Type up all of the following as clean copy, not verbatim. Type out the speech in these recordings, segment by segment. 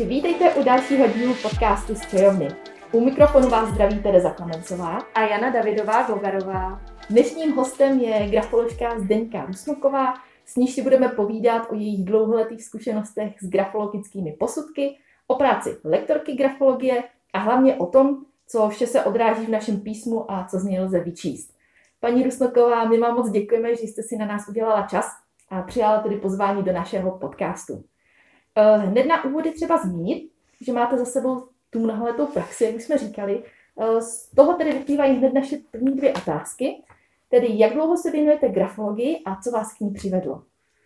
Vítejte u dalšího dílu podcastu z Čajovny. U mikrofonu vás zdraví Tereza Kamencová a Jana Davidová-Gogarová. Dnešním hostem je grafoložka Zdeňka Rusnoková, s níž si budeme povídat o jejich dlouholetých zkušenostech s grafologickými posudky, o práci lektorky grafologie a hlavně o tom, co vše se odráží v našem písmu a co z něj lze vyčíst. Paní Rusnoková, my vám moc děkujeme, že jste si na nás udělala čas a přijala tedy pozvání do našeho podcastu. Hned na úvod je třeba zmínit, že máte za sebou tu mnohaletou praxi, jak už jsme říkali. Z toho tedy vyplývají hned naše první dvě otázky, tedy jak dlouho se věnujete grafologii a co vás k ní přivedlo?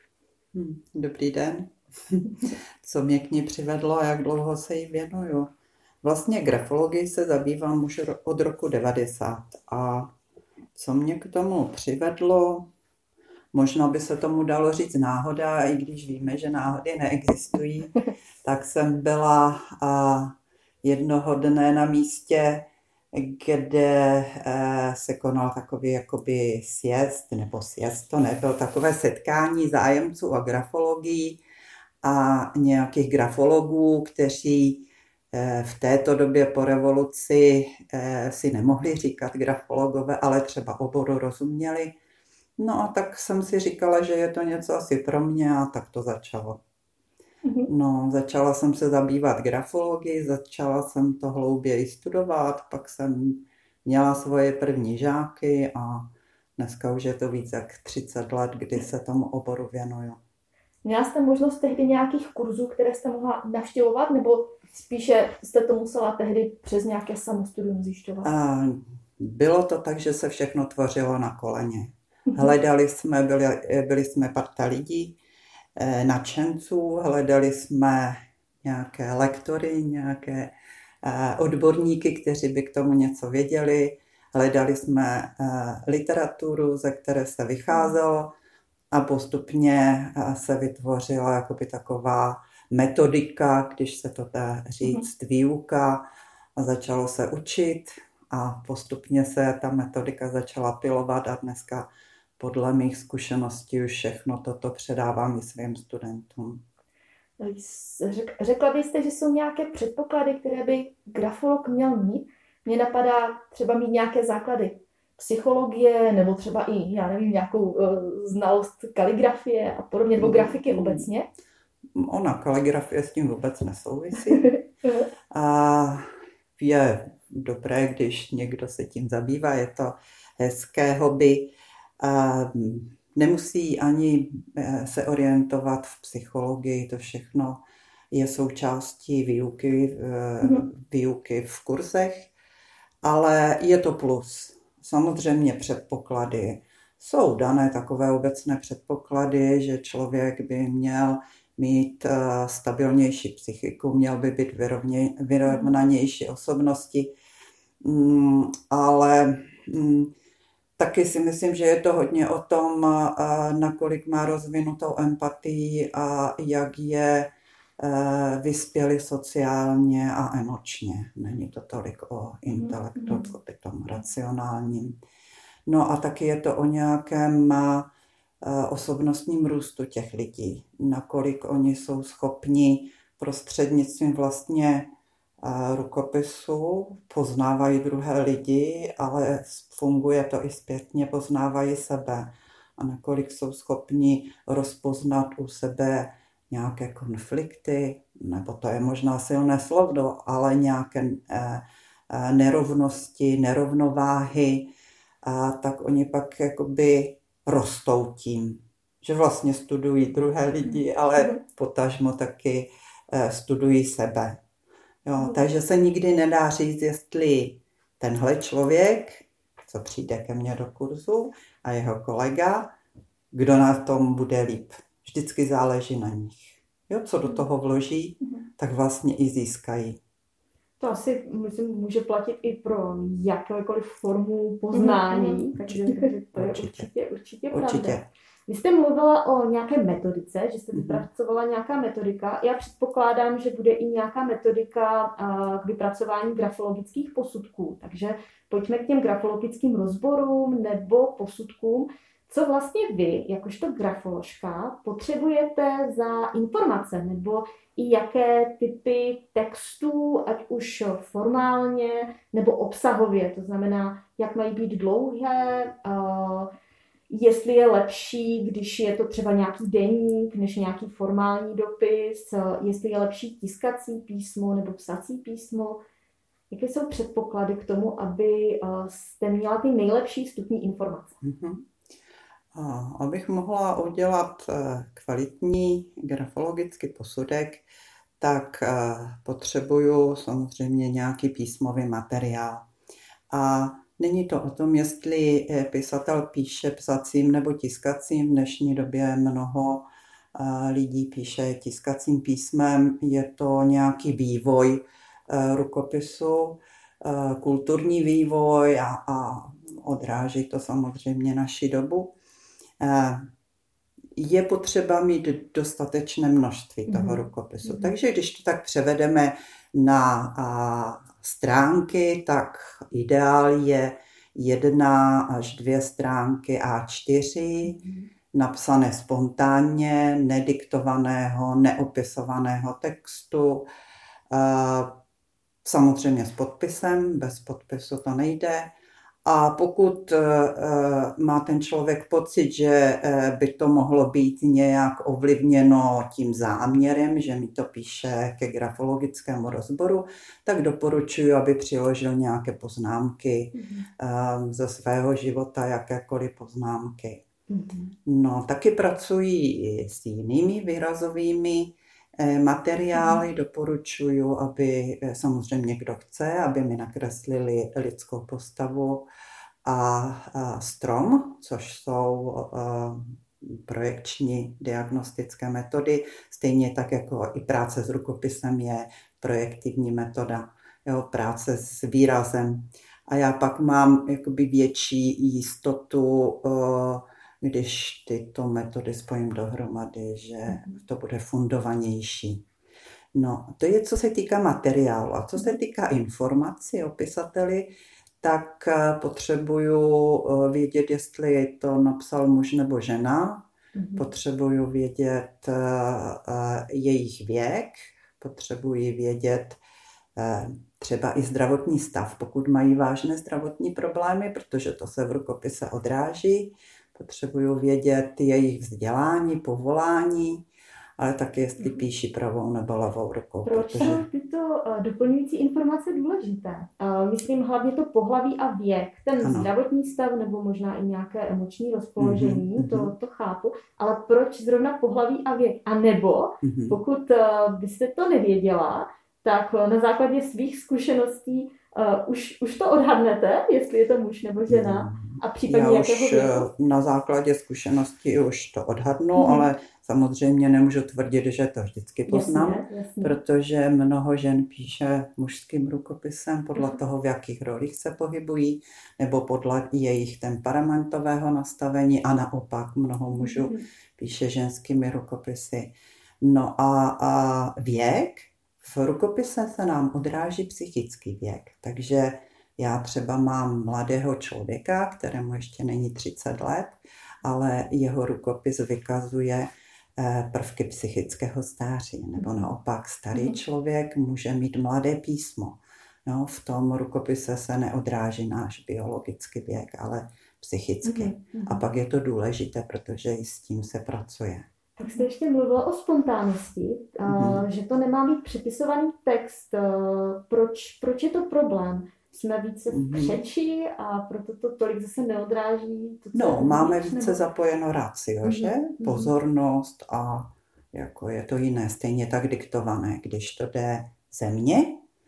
Dobrý den. Co mě k ní přivedlo a jak dlouho se jí věnuju? Vlastně grafologii se zabývám už od roku 90 a co mě k tomu přivedlo, možná by se tomu dalo říct náhoda, i když víme, že náhody neexistují, tak jsem byla jednoho dne na místě, kde se konal takový jakoby sjezd, nebo sjezd to nebyl, takové setkání zájemců o grafologii a nějakých grafologů, kteří v této době po revoluci si nemohli říkat grafologové, ale třeba oboru rozuměli. No a tak jsem si říkala, že je to něco asi pro mě a tak to začalo. No, začala jsem se zabývat grafologii, začala jsem to hlouběji studovat, pak jsem měla svoje první žáky a dneska už je to víc jak 30 let, kdy se tomu oboru věnuju. Měla jste možnost tehdy nějakých kurzů, které jste mohla navštěvovat, nebo spíše jste to musela tehdy přes nějaké samostudium zjišťovat? Bylo to tak, že se všechno tvořilo na koleně. Hledali jsme, byli jsme parta lidí, nadšenců, hledali jsme nějaké lektory, nějaké odborníky, kteří by k tomu něco věděli, hledali jsme literaturu, ze které se vycházelo a postupně se vytvořila jakoby taková metodika, když se to dá říct, výuka a začalo se učit a postupně se ta metodika začala pilovat a dneska podle mých zkušeností už všechno toto předávám i svým studentům. Řekla byste, že jsou nějaké předpoklady, které by grafolog měl mít? Mně napadá třeba mít nějaké základy psychologie, nebo třeba i, já nevím, nějakou znalost kaligrafie a podobně, nebo grafiky obecně? Ona kaligrafie s tím vůbec nesouvisí. A je dobré, když někdo se tím zabývá, je to hezké hobby. Nemusí ani se orientovat v psychologii, to všechno je součástí výuky v kurzech, ale je to plus. Samozřejmě předpoklady jsou dané takové obecné předpoklady, že člověk by měl mít stabilnější psychiku, měl by být vyrovnanější osobnosti, ale taky si myslím, že je to hodně o tom, nakolik má rozvinutou empatii a jak je vyspělý sociálně a emočně. Není to tolik o intelektu, o tom racionálním. No a taky je to o nějakém osobnostním růstu těch lidí. Nakolik oni jsou schopni prostřednictvím vlastně rukopisu, poznávají druhé lidi, ale funguje to i zpětně, poznávají sebe. A nakolik jsou schopni rozpoznat u sebe nějaké konflikty, nebo to je možná silné slovo, ale nějaké nerovnosti, nerovnováhy, tak oni pak jakoby rostou tím, že vlastně studují druhé lidi, ale potažmo taky studují sebe. Jo, takže se nikdy nedá říct, jestli tenhle člověk, co přijde ke mně do kurzu, a jeho kolega, kdo na tom bude líp. Vždycky záleží na nich. Jo, co do toho vloží, tak vlastně i získají. To asi myslím, může platit i pro jakékoliv formu poznání, takže to je určitě pravda. Vy jste mluvila o nějaké metodice, že jste vypracovala nějaká metodika. Já předpokládám, že bude i nějaká metodika k vypracování grafologických posudků. Takže pojďme k těm grafologickým rozborům nebo posudkům. co vlastně vy, jakožto grafoložka, potřebujete za informace, nebo i jaké typy textů, ať už formálně nebo obsahově, to znamená, jak mají být dlouhé, jestli je lepší, když je to třeba nějaký deník, než nějaký formální dopis, jestli je lepší tiskací písmo nebo psací písmo. Jaké jsou předpoklady k tomu, aby jste měla ty nejlepší vstupní informace? Abych mohla udělat kvalitní grafologický posudek, tak potřebuju samozřejmě nějaký písmový materiál. A není to o tom, jestli pisatel píše psacím nebo tiskacím. V dnešní době mnoho lidí píše tiskacím písmem. Je to nějaký vývoj rukopisu, kulturní vývoj a odráží to samozřejmě naši dobu. Je potřeba mít dostatečné množství toho rukopisu. Takže když to tak převedeme na stránky, tak ideál je 1 až 2 stránky A4, napsané spontánně, nediktovaného, neopisovaného textu, samozřejmě s podpisem, bez podpisu to nejde. A pokud má ten člověk pocit, že by to mohlo být nějak ovlivněno tím záměrem, že mi to píše ke grafologickému rozboru, tak doporučuji, aby přiložil nějaké poznámky ze svého života, jakékoliv poznámky. No, taky pracuji s jinými výrazovými materiály, doporučuju, aby samozřejmě kdo chce, aby mi nakreslili lidskou postavu a strom, což jsou projekční diagnostické metody, stejně tak jako i práce s rukopisem je projektivní metoda, práce s výrazem. A já pak mám jakoby větší jistotu, když tyto metody spojím dohromady, že to bude fundovanější. No, to je, co se týká materiálu. A co se týká informací o pisateli, tak potřebuju vědět, jestli to napsal muž nebo žena. Potřebuju vědět jejich věk. Potřebuji vědět třeba i zdravotní stav, pokud mají vážné zdravotní problémy, protože to se v rukopise odráží. Potřebuju vědět jejich vzdělání, povolání, ale taky jestli píší pravou nebo levou rukou. Proč jsou tyto doplňující informace důležité? Myslím hlavně to pohlaví a věk, ten zdravotní stav nebo možná i nějaké emoční rozpoložení, to chápu, ale proč zrovna pohlaví a věk? A nebo pokud byste to nevěděla, tak na základě svých zkušeností už to odhadnete, jestli je to muž nebo žena? A případně jakého věku? Na základě zkušeností už to odhadnu, ale samozřejmě nemůžu tvrdit, že to vždycky poznám, jasně. Protože mnoho žen píše mužským rukopisem podle toho, v jakých rolích se pohybují, nebo podle jejich temperamentového nastavení a naopak mnoho mužů píše ženskými rukopisy. No a věk? V rukopise se nám odráží psychický věk, takže já třeba mám mladého člověka, kterému ještě není 30 let, ale jeho rukopis vykazuje prvky psychického stáří, nebo naopak starý člověk může mít mladé písmo. No, v tom rukopise se neodráží náš biologický věk, ale psychicky. A pak je to důležité, protože i s tím se pracuje. Tak jste ještě mluvila o spontánnosti, že to nemá být přepisovaný text. Proč je to problém? Jsme více v křeči a proto to tolik zase neodráží? Máme více zapojeno ratio, že? Pozornost a jako je to jiné, stejně tak diktované. Když to jde ze mě,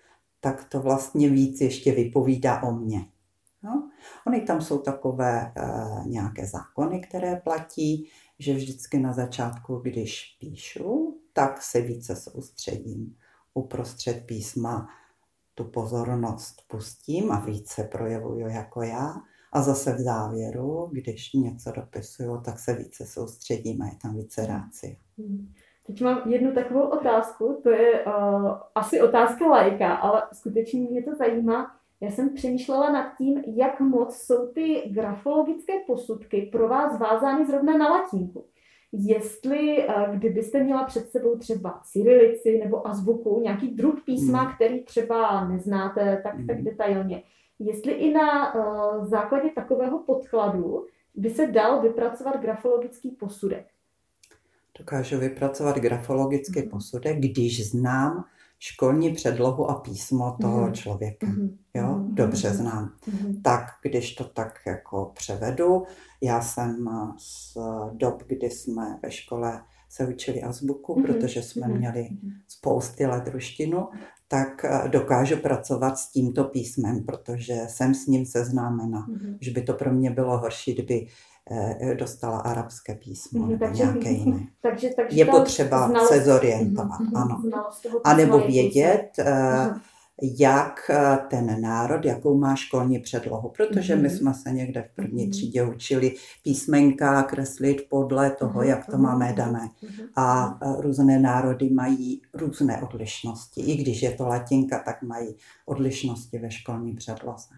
tak to vlastně víc ještě vypovídá o mně. No? Ony tam jsou takové nějaké zákony, které platí, že vždycky na začátku, když píšu, tak se více soustředím. Uprostřed písma tu pozornost pustím a více projevuju jako já. A zase v závěru, když něco dopisuju, tak se více soustředím a je tam více rácie. Teď mám jednu takovou otázku, to je asi otázka laika, ale skutečně mě to zajímá. Já jsem přemýšlela nad tím, jak moc jsou ty grafologické posudky pro vás vázány zrovna na latinku. Jestli, kdybyste měla před sebou třeba cyrilici nebo azbuku, nějaký druh písma, který třeba neznáte tak detailně, jestli i na základě takového podkladu by se dal vypracovat grafologický posudek. Dokážu vypracovat grafologický posudek, když znám školní předlohu a písmo toho člověka. Jo? Dobře znám. Tak když to tak jako převedu, já jsem z dob, kdy jsme ve škole se učili azbuku, protože jsme měli spousty let ruštinu, tak dokážu pracovat s tímto písmem, protože jsem s ním seznámena. Že by to pro mě bylo horší, kdyby dostala arabské písmo nebo nějaké jiné. Takže je potřeba se zorientovat, ano. A nebo vědět, jak ten národ, jakou má školní předlohu. Protože my jsme se někde v první třídě učili písmenka kreslit podle toho, jak to máme dané. A různé národy mají různé odlišnosti. I když je to latinka, tak mají odlišnosti ve školní předloze.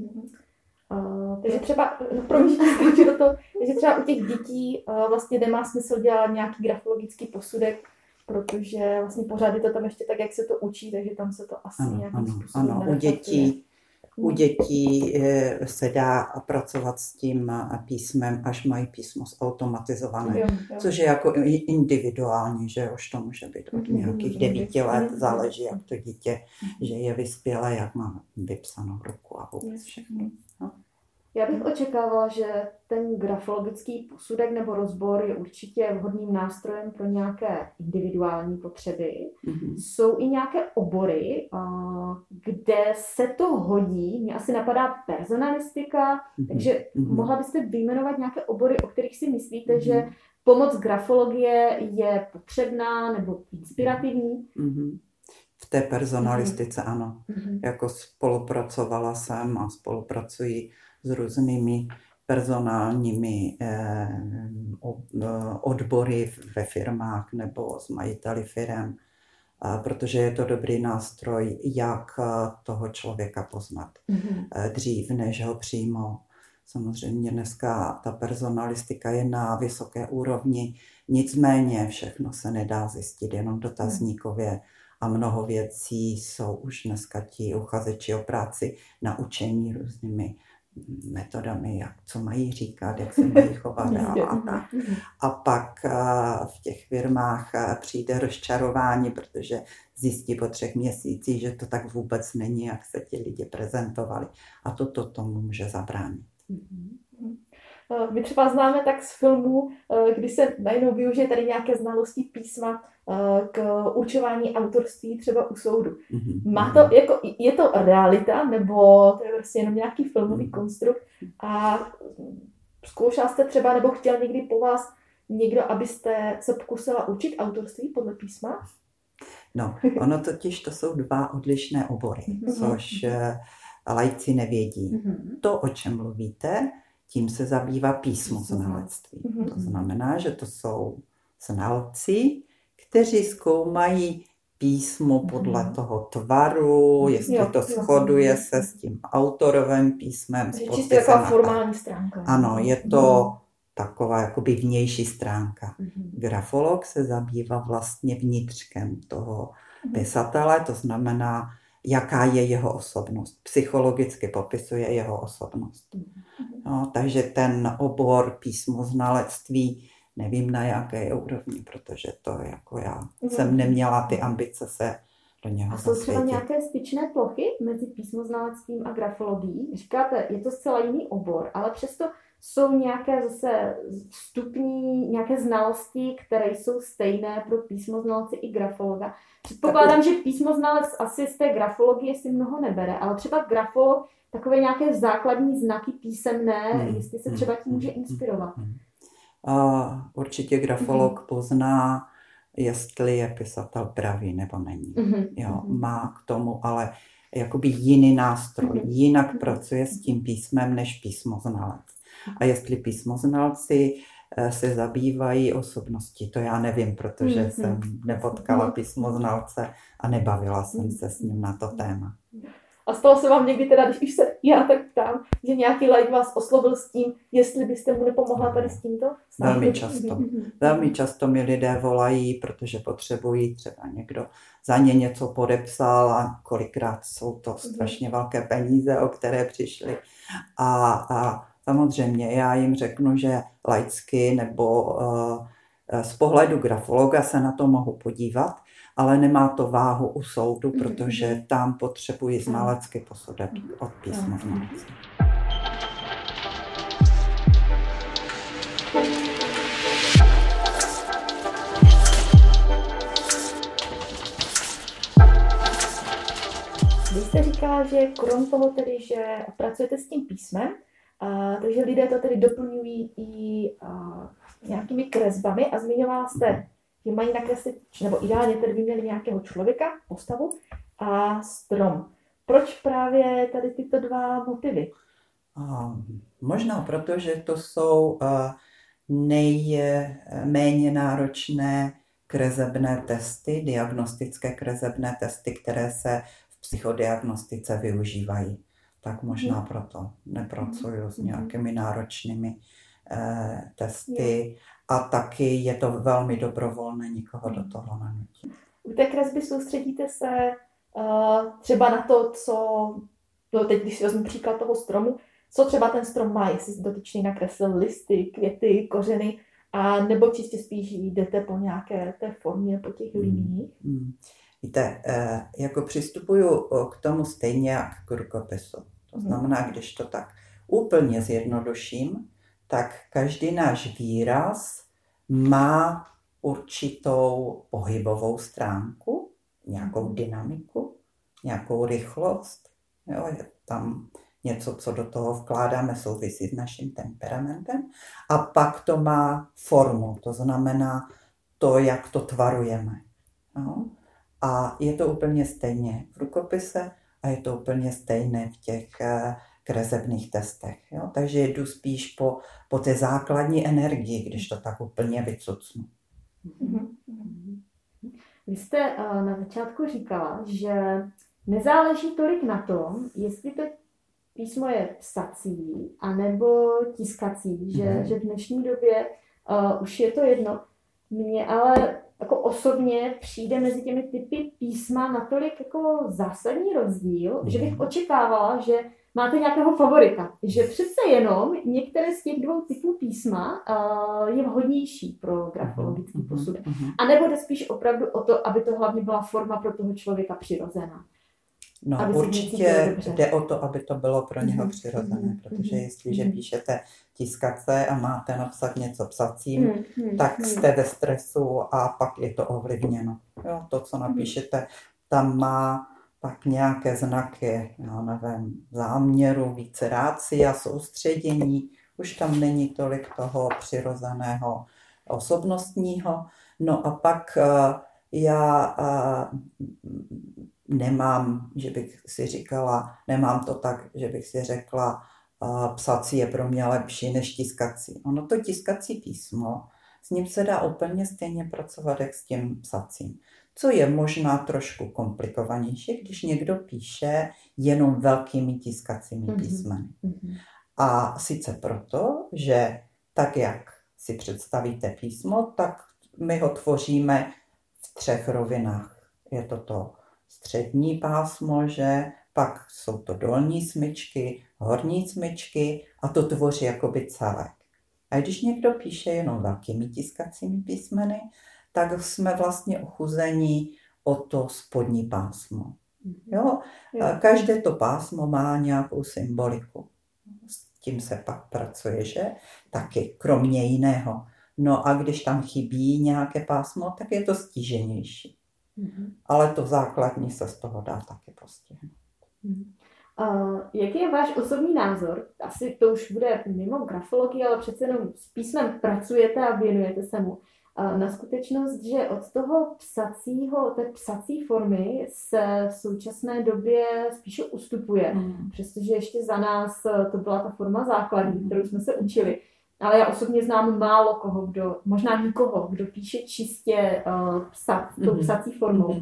Takže třeba, takže třeba u těch dětí vlastně nemá smysl dělat nějaký grafologický posudek, protože vlastně pořád je to tam ještě tak, jak se to učí, takže tam se to asi nějakým způsobem Ano, u dětí se dá pracovat s tím písmem, až mají písmo zautomatizované, což je jako individuální, že už to může být od nějakých 9 let, záleží, jak to dítě, že je vyspělé, jak má vypsanou ruku a vůbec všechno. No. Já bych očekávala, že ten grafologický posudek nebo rozbor je určitě vhodným nástrojem pro nějaké individuální potřeby. Jsou i nějaké obory, kde se to hodí. Mně asi napadá personalistika, takže mohla byste vyjmenovat nějaké obory, o kterých si myslíte, že pomoc grafologie je potřebná nebo inspirativní? V té personalistice ano. Jako spolupracovala jsem a spolupracuji s různými personálními odbory ve firmách nebo s majiteli firem, protože je to dobrý nástroj, jak toho člověka poznat dřív, než ho přijmou. Samozřejmě dneska ta personalistika je na vysoké úrovni, nicméně všechno se nedá zjistit jenom dotazníkově a mnoho věcí jsou už dneska ti uchazeči o práci naučení různými metodami, co mají říkat, jak se mají chovat a pak v těch firmách přijde rozčarování, protože zjistí po 3 měsících, že to tak vůbec není, jak se ti lidi prezentovali. A toto tomu může zabránit. My třeba známe tak z filmů, kdy se najednou využije tady nějaké znalosti písma k určování autorství třeba u soudu. Má to, jako, je to realita, nebo to je vlastně jenom nějaký filmový konstrukt a zkoušela jste třeba, nebo chtěl někdy po vás někdo, abyste se pokusila učit autorství podle písma? No, ono totiž to jsou 2 odlišné obory, což laici nevědí. To, o čem mluvíte, tím se zabývá písmoznalectví. To znamená, že to jsou znalci, kteří zkoumají písmo podle toho tvaru, jestli to shoduje se s tím autorovým písmem. Čistě taková formální stránka. Ano, je to taková jakoby vnější stránka. Grafolog se zabývá vlastně vnitřkem toho pisatele, to znamená, jaká je jeho osobnost. Psychologicky popisuje jeho osobnost. No, takže ten obor písmoznalectví nevím na jaké úrovni, protože to jako já jsem neměla ty ambice se do něho zasvětit. A jsou třeba nějaké styčné plochy mezi písmoznalectvím a grafologií? Říkáte, je to zcela jiný obor, ale přesto jsou nějaké zase vstupní, nějaké znalosti, které jsou stejné pro písmoznalce i grafologa. Předpokládám, že písmoznalec asi z té grafologie si mnoho nebere, ale třeba grafolog takové nějaké základní znaky písemné, jestli se třeba tím může inspirovat. Určitě grafolog pozná, jestli je pisatel pravý nebo není. Jo, má k tomu ale jakoby jiný nástroj, jinak pracuje s tím písmem než písmoznalec. A jestli písmoznalci se zabývají osobností, to já nevím, protože jsem nepotkala písmoznalce a nebavila jsem se s ním na to téma. A stalo se vám někdy teda, když už se já tak ptám, že nějaký laik vás oslovil s tím, jestli byste mu nepomohla tady s tímto? Velmi často. Velmi často mi lidé volají, protože potřebují, třeba někdo za ně něco podepsal a kolikrát jsou to strašně velké peníze, o které přišli. A samozřejmě já jim řeknu, že laicky nebo z pohledu grafologa se na to mohu podívat, ale nemá to váhu u soudu, protože tam potřebuji znalecký posudek od písmovnice. Vy jste říkala, že krom toho tedy, že pracujete s tím písmem, takže lidé to tedy doplňují i nějakými kresbami a zmiňovala jste, že mají nakreslit, nebo ideálně tedy by měli nějakého člověka, postavu a strom. Proč právě tady tyto dva motivy? Možná proto, že to jsou nejméně náročné kresebné testy, diagnostické kresebné testy, které se v psychodiagnostice využívají. Tak možná proto nepracuju s nějakými náročnými testy a taky je to velmi dobrovolné, nikoho do toho nenutí. U té kresby soustředíte se třeba na to, co, teď když si vezmu příklad toho stromu, co třeba ten strom má, jestli dotyčný nakreslil listy, květy, kořeny, a nebo čistě spíš jdete po nějaké té formě, po těch liniích? Víte, jako přistupuju k tomu stejně jak k rukopisu. To znamená, když to tak úplně zjednoduším, tak každý náš výraz má určitou pohybovou stránku, nějakou dynamiku, nějakou rychlost. Jo, je tam něco, co do toho vkládáme, souvisí s naším temperamentem. A pak to má formu, to znamená to, jak to tvarujeme. Jo. A je to úplně stejně v rukopise a je to úplně stejné v těch kresebných testech. Jo? Takže jdu spíš po té základní energii, když to tak úplně vycucnu. Vy jste na začátku říkala, že nezáleží tolik na tom, jestli to písmo je psací anebo tiskací, že v dnešní době už je to jedno. Mně ale jako osobně přijde mezi těmi typy písma natolik jako zásadní rozdíl, že bych očekávala, že máte nějakého favorita, že přece jenom některé z těch dvou typů písma je vhodnější pro grafologický posudek. A nebo jde spíš opravdu o to, aby to hlavně byla forma pro toho člověka přirozená. No určitě jde o to, aby to bylo pro něho přirozené, protože jestliže píšete tiskace a máte napsat něco psacím, tak jste ve stresu a pak je to ovlivněno. Jo, to, co napíšete, tam má pak nějaké znaky, já nevím, záměru, více rácia, soustředění, už tam není tolik toho přirozeného osobnostního. No a pak já nemám, že bych si říkala, nemám to tak, že bych si řekla, psací je pro mě lepší než tiskací. Ono to tiskací písmo, s ním se dá úplně stejně pracovat, jak s tím psacím. Co je možná trošku komplikovanější, když někdo píše jenom velkými tiskacími písmeny. A sice proto, že tak, jak si představíte písmo, tak my ho tvoříme v 3 rovinách. Je to střední pásmo, že pak jsou to dolní smyčky, horní smyčky a to tvoří jakoby celek. A když někdo píše jenom velkými tiskacími písmeny, tak jsme vlastně ochuzení o to spodní pásmo. Jo? Každé to pásmo má nějakou symboliku. S tím se pak pracuje, že? Taky, kromě jiného. No a když tam chybí nějaké pásmo, tak je to stíženější. Ale to základní se z toho dá taky postihnout. Jaký je váš osobní názor? Asi to už bude mimo grafologii, ale přece jenom s písmem pracujete a věnujete se mu. Na skutečnost, že od toho té psací formy se v současné době spíše ustupuje. Přestože ještě za nás to byla ta forma základní, kterou jsme se učili. Ale já osobně znám málo koho, možná nikoho, kdo píše čistě tou psací formou.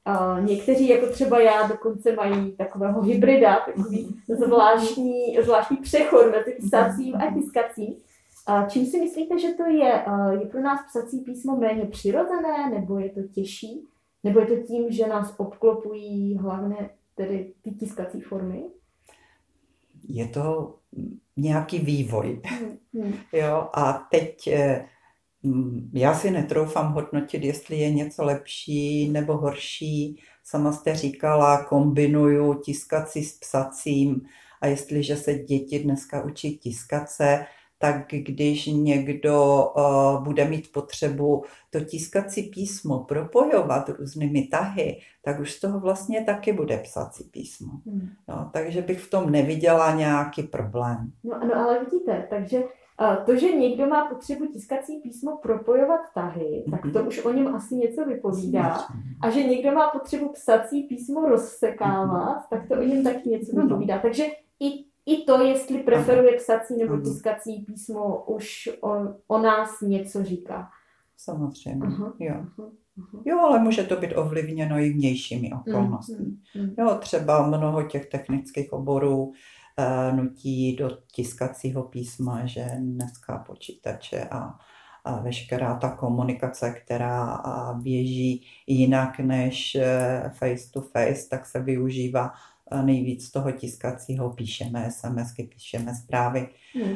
Někteří, jako třeba já, dokonce mají takového hybrida, takový zvláštní přechod mezi psacím a tiskacím. Čím si myslíte, že to je? Je pro nás psací písmo méně přirozené, nebo je to těžší? Nebo je to tím, že nás obklopují hlavně tedy ty tiskací formy? Je to nějaký vývoj. Jo, a teď já si netroufám hodnotit, jestli je něco lepší nebo horší. Sama jste říkala, kombinuju tiskací s psacím, a jestliže se děti dneska učí tiskat se, tak když někdo bude mít potřebu to tiskací písmo propojovat různými tahy, tak už z toho vlastně taky bude psací písmo. No, takže bych v tom neviděla nějaký problém. No ale vidíte, takže to, že někdo má potřebu tiskací písmo propojovat tahy, tak to už o něm asi něco vypovídá. A že někdo má potřebu psací písmo rozsekávat, tak to o něm taky něco vypovídá. Takže i to, jestli preferuje psací nebo tiskací písmo, už o nás něco říká. Samozřejmě, jo. Jo, ale může to být ovlivněno i vnějšími okolnostmi. Jo, třeba mnoho těch technických oborů nutí do tiskacího písma, že dneska počítače a veškerá ta komunikace, která běží jinak než face to face, tak se využívá nejvíc toho tiskacího, píšeme SMSky, píšeme zprávy,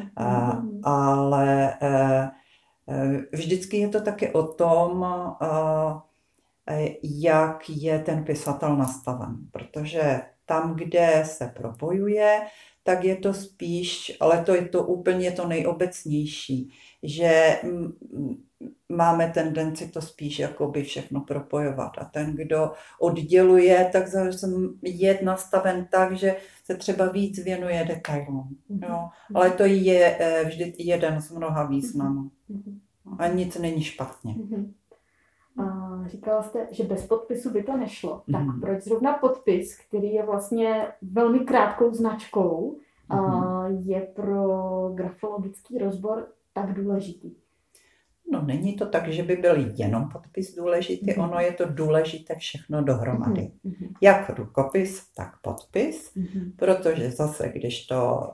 ale vždycky je to taky o tom, jak je ten pisatel nastaven, protože tam, kde se propojuje, tak je to spíš, ale to je to úplně to nejobecnější, že máme tendenci to spíš jakoby všechno propojovat. A ten, kdo odděluje, tak je nastaven tak, že se třeba víc věnuje detailům. Jo? Ale to je vždy jeden z mnoha významů. A nic není špatně. Říkala jste, že bez podpisu by to nešlo. Tak proč zrovna podpis, který je vlastně velmi krátkou značkou, je pro grafologický rozbor tak důležitý? No, není to tak, že by byl jenom podpis důležitý, ono je to důležité všechno dohromady. Jak rukopis, tak podpis, protože zase, když to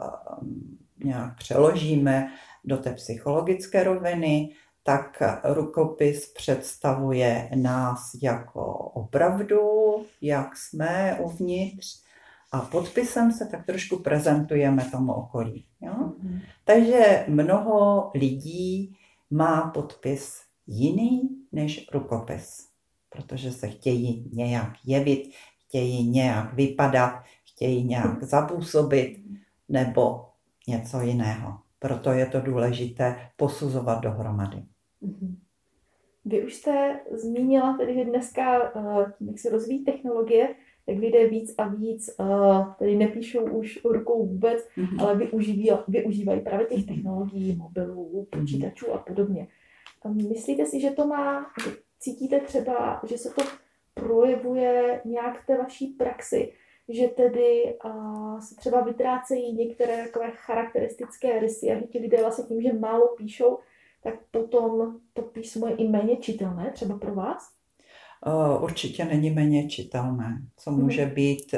nějak přeložíme do té psychologické roviny, tak rukopis představuje nás jako opravdu, jak jsme uvnitř, a podpisem se tak trošku prezentujeme tomu okolí. Jo? Takže mnoho lidí má podpis jiný než rukopis, protože se chtějí nějak jevit, chtějí nějak vypadat, chtějí nějak zapůsobit nebo něco jiného. Proto je to důležité posuzovat dohromady. Vy už jste zmínila tedy, že dneska, tím, jak se rozvíjí technologie, tak lidé víc a víc tedy nepíšou už rukou vůbec, ale využívají právě těch technologií, mobilů, počítačů a podobně. Myslíte si, že to má, cítíte třeba, že se to projevuje nějak v té vaší praxi, že tedy se třeba vytrácejí některé takové charakteristické rysy a že ti lidé vlastně tím, že málo píšou, tak potom to písmo je i méně čitelné, třeba pro vás? Určitě není méně čitelné. Co může být,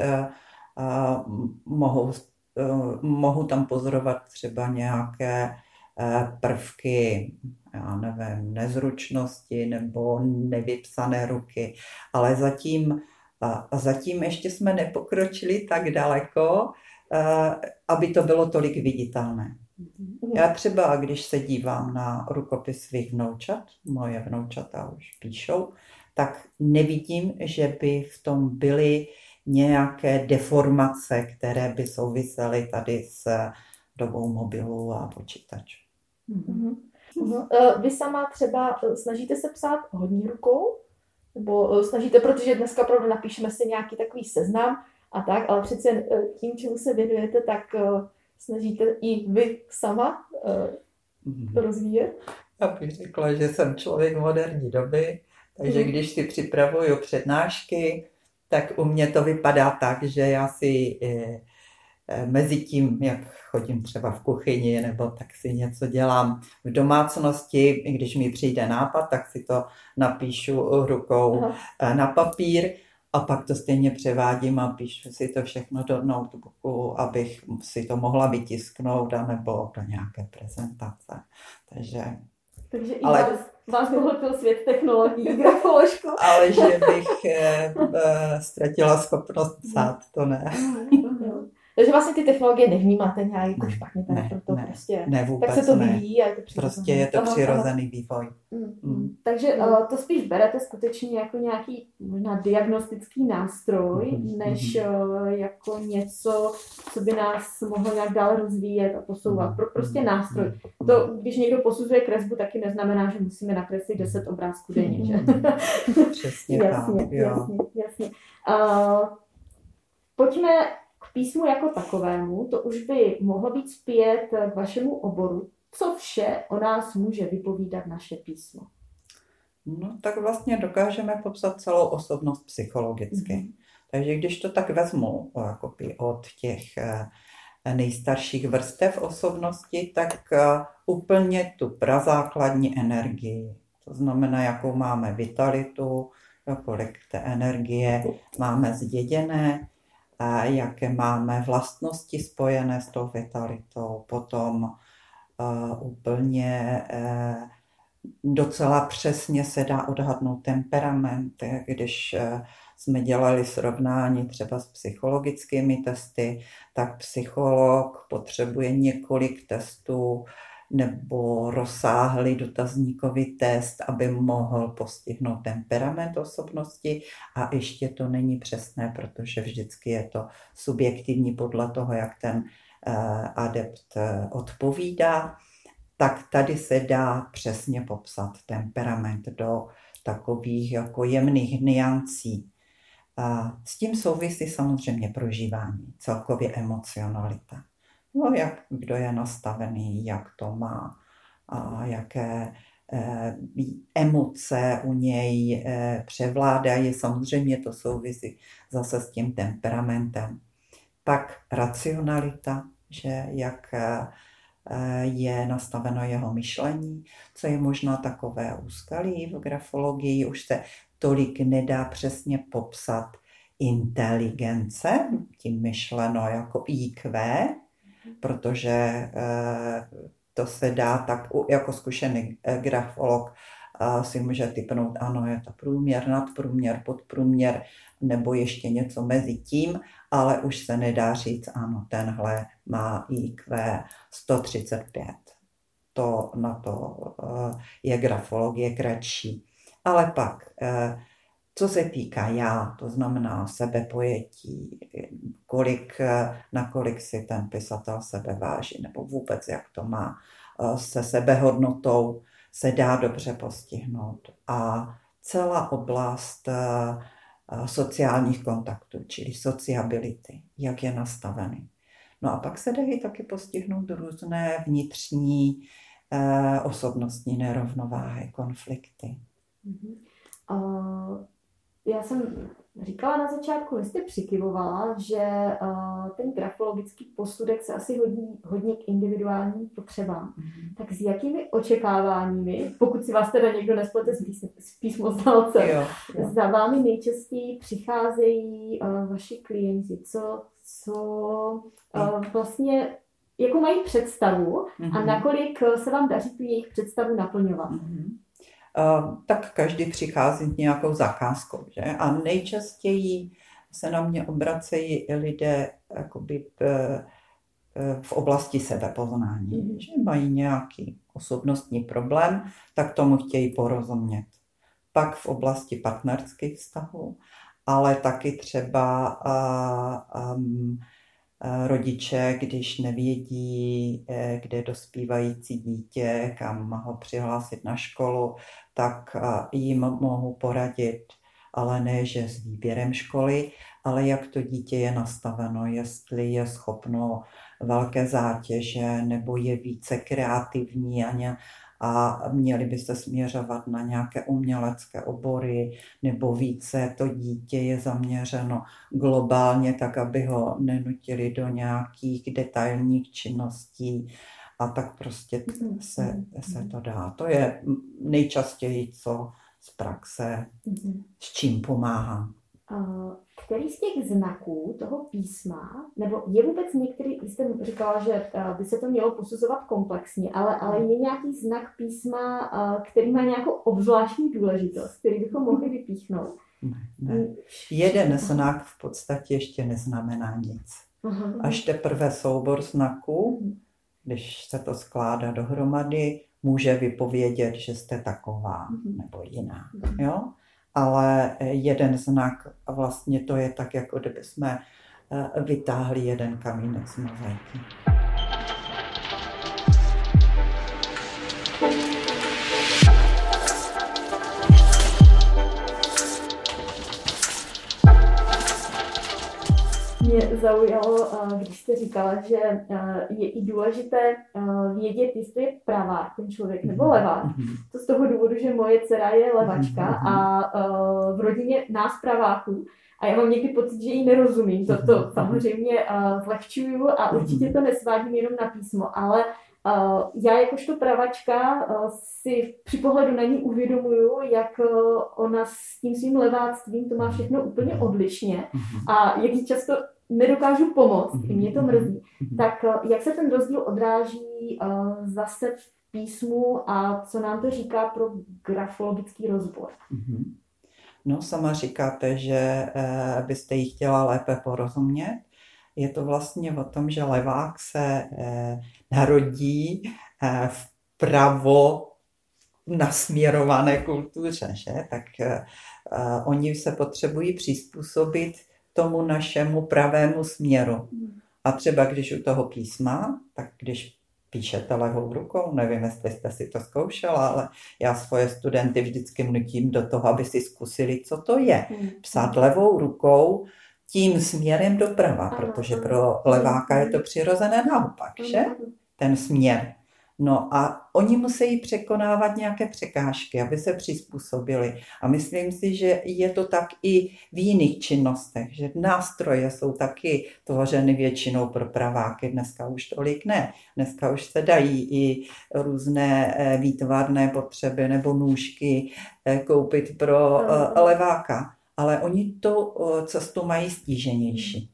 mohu tam pozorovat třeba nějaké prvky, já nevím, nezručnosti nebo nevypsané ruky, ale zatím ještě jsme nepokročili tak daleko, aby to bylo tolik viditelné. Já třeba, když se dívám na rukopis svých vnoučat, moje vnoučata už píšou, tak nevidím, že by v tom byly nějaké deformace, které by souvisely tady s dobou mobilu a počítačů. Vy sama třeba snažíte se psát hodně rukou? Nebo snažíte, protože dneska opravdu napíšeme si nějaký takový seznam a tak, ale přece tím, čemu se věnujete, tak snažíte i vy sama rozvíjet? Já bych řekla, že jsem člověk moderní doby, takže když si připravuju přednášky, tak u mě to vypadá tak, že já si mezi tím, jak chodím třeba v kuchyni, nebo tak si něco dělám v domácnosti, i když mi přijde nápad, tak si to napíšu rukou na papír a pak to stejně převádím a píšu si to všechno do notebooku, abych si to mohla vytisknout anebo do nějaké prezentace. Takže i vás pohltil svět technologií, grafoložku. Ale že bych ztratila schopnost psát, to ne. Takže vlastně ty technologie nevnímáte nějak jako špatně, tady proto prostě. Ne, vůbec tak se to vyvíjí a je to přirozený. Prostě je to přirozený vývoj. Takže to spíš berete skutečně jako nějaký možná diagnostický nástroj, než jako něco, co by nás mohlo nějak dál rozvíjet a posouvat. Prostě nástroj. To, když někdo posuzuje kresbu, taky neznamená, že musíme nakreslit 10 obrázků denně, že? Přesně tak. Jasně. Pojďme k písmu jako takovému, to už by mohlo být zpět k vašemu oboru. Co vše o nás může vypovídat naše písmo? No, tak vlastně dokážeme popsat celou osobnost psychologicky. Takže když to tak vezmu od těch nejstarších vrstev osobnosti, tak úplně tu prazákladní energii. To znamená, jakou máme vitalitu, kolik té energie máme zděděné, jaké máme vlastnosti spojené s tou vitalitou. Potom úplně docela přesně se dá odhadnout temperament, když jsme dělali srovnání třeba s psychologickými testy, tak psycholog potřebuje několik testů nebo rozsáhlý dotazníkový test, aby mohl postihnout temperament osobnosti a ještě to není přesné, protože vždycky je to subjektivní podle toho, jak ten adept odpovídá. Tak tady se dá přesně popsat temperament do takových jako jemných nuancí. S tím souvisí samozřejmě prožívání, celkově emocionalita. No, jak kdo je nastavený, jak to má, a jaké emoce u něj převládají. Samozřejmě to souvisí zase s tím temperamentem. Pak racionalita, že jak je nastaveno jeho myšlení, co je možná takové úskalí v grafologii, už se tolik nedá přesně popsat inteligence, tím myšleno jako IQ, protože to se dá tak, jako zkušený grafolog si může tipnout, ano, je to průměr, nadprůměr, podprůměr, nebo ještě něco mezi tím, ale už se nedá říct, ano, tenhle má IQ 135. To na to je grafologie kratší. Ale pak, co se týká já, to znamená sebepojetí, nakolik si ten pisatel sebe váží, nebo vůbec jak to má se sebehodnotou, se dá dobře postihnout. A celá oblast sociálních kontaktů, čili sociability, jak je nastavený. No a pak se dají taky postihnout různé vnitřní osobnostní nerovnováhy, konflikty. Já jsem říkala na začátku, vy jste přikyvovala, že ten grafologický posudek se asi hodí hodně k individuálním potřebám. Tak s jakými očekáváními, pokud si vás teda někdo nesplete s písmoznalcem, za vámi nejčastěji přicházejí vaši klienti? Co vlastně, jakou mají představu a nakolik se vám daří tu jejich představu naplňovat? Tak každý přichází s nějakou zakázkou, že? A nejčastěji se na mě obracejí lidé jakoby v oblasti sebepoznání, že mají nějaký osobnostní problém, tak tomu chtějí porozumět. Pak v oblasti partnerských vztahů, ale taky třeba rodiče, když nevědí, kde je dospívající dítě, kam ho přihlásit na školu, tak jim mohu poradit, ale ne, že s výběrem školy, ale jak to dítě je nastaveno, jestli je schopno velké zátěže, nebo je více kreativní a měli by se směřovat na nějaké umělecké obory, nebo více to dítě je zaměřeno globálně, tak aby ho nenutili do nějakých detailních činností a tak prostě se to dá. To je nejčastěji, co z praxe, s čím pomáhám. Který z těch znaků toho písma, nebo je vůbec některý, jste říkala, že by se to mělo posuzovat komplexně, ale je nějaký znak písma, který má nějakou obzvláštní důležitost, který bychom mohli vypíchnout? Ne. Jeden znak v podstatě ještě neznamená nic. Až teprve soubor znaků, když se to skládá dohromady, může vypovědět, že jste taková nebo jiná. Jo? Ale jeden znak, vlastně to je tak, jako kdyby jsme vytáhli jeden kamínek z mozaiky. Mě zaujalo, když jste říkala, že je i důležité vědět, jestli je pravák ten člověk nebo levák. To z toho důvodu, že moje dcera je levačka a v rodině nás praváků a já mám někdy pocit, že jí nerozumím. To samozřejmě zlehčuju a určitě to nesvádím jenom na písmo, ale já jakožto pravačka si při pohledu na ní uvědomuju, jak ona s tím svým leváctvím to má všechno úplně odlišně a jak jí často nedokážu pomoct, i mě to mrzí. Tak jak se ten rozdíl odráží zase v písmu a co nám to říká pro grafologický rozbor? No, sama říkáte, že byste jí chtěla lépe porozumět. Je to vlastně o tom, že levák se narodí v pravo nasměrované kultuře, že? Tak oni se potřebují přizpůsobit tomu našemu pravému směru. A třeba když u toho písma, tak když píšete levou rukou, nevím, jestli jste si to zkoušela, ale já svoje studenty vždycky nutím do toho, aby si zkusili, co to je. Psát levou rukou tím směrem doprava, protože pro leváka je to přirozené naopak, že? Ten směr. No a oni musí překonávat nějaké překážky, aby se přizpůsobili. A myslím si, že je to tak i v jiných činnostech, že nástroje jsou taky tvořeny většinou pro praváky. Dneska už tolik ne. Dneska už se dají i různé výtvarné potřeby nebo nůžky koupit pro leváka. Ale oni tu cestu mají stíženější.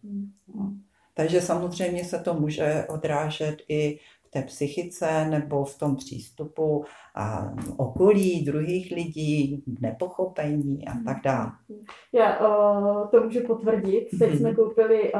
Takže samozřejmě se to může odrážet i v té psychice nebo v tom přístupu a okolí druhých lidí, nepochopení a tak dále. Já to můžu potvrdit. Teď jsme koupili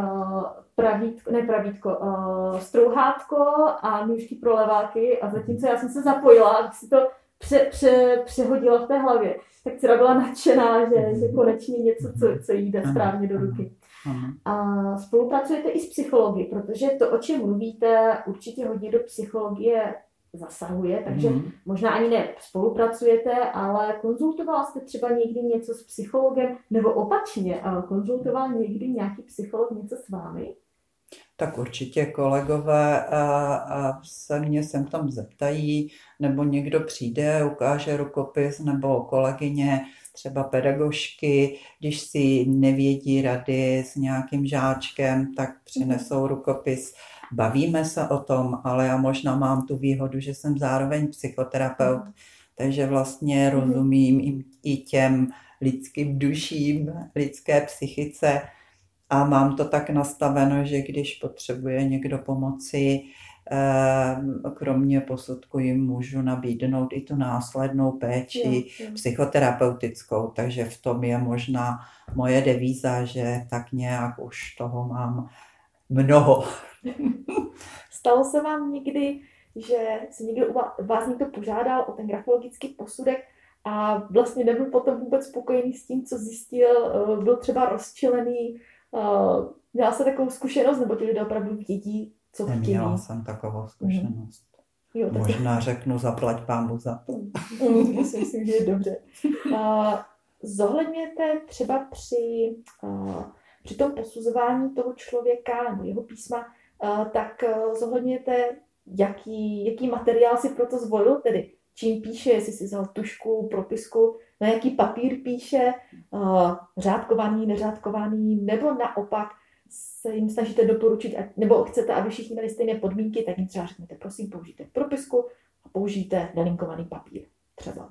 strouhátko a nůžky pro leváky a zatímco já jsem se zapojila, abych si to přehodila v té hlavě, tak dcera byla nadšená, že konečně něco, co jí jde správně do ruky. A spolupracujete i s psychologi, protože to, o čem mluvíte, určitě hodně do psychologie zasahuje, takže možná ani ne spolupracujete, ale konzultovala jste třeba někdy něco s psychologem, nebo opačně, konzultoval někdy nějaký psycholog něco s vámi? Tak určitě kolegové se mě sem tam zeptají, nebo někdo přijde, ukáže rukopis, nebo kolegyně, třeba pedagožky, když si nevědí rady s nějakým žáčkem, tak přinesou rukopis. Bavíme se o tom, ale já možná mám tu výhodu, že jsem zároveň psychoterapeut, takže vlastně rozumím i těm lidským duším, lidské psychice a mám to tak nastaveno, že když potřebuje někdo pomoci, kromě posudku jim můžu nabídnout i tu následnou péči psychoterapeutickou, takže v tom je možná moje devíza, že tak nějak už toho mám mnoho. Stalo se vám někdy, že se někdo vás někdo požádal o ten grafologický posudek a vlastně nebyl potom vůbec spokojený s tím, co zjistil, byl třeba rozčilený, měla se takovou zkušenost, nebo ti lidé opravdu vědí, co chtějí? Neměla jsem takovou zkušenost. Možná řeknu, zaplať pámu za to. Myslím, že je dobře. Zohledňujete třeba při tom posuzování toho člověka nebo jeho písma, tak zohledňujete, jaký materiál si proto zvolil, tedy čím píše, jestli si vzal tužku, propisku, na jaký papír píše, řádkovaný, neřádkovaný, nebo naopak se jim snažíte doporučit, nebo chcete, aby všichni měli stejné podmínky, tak jim třeba řeknete, prosím, použijte propisku a použijte nelinkovaný papír třeba.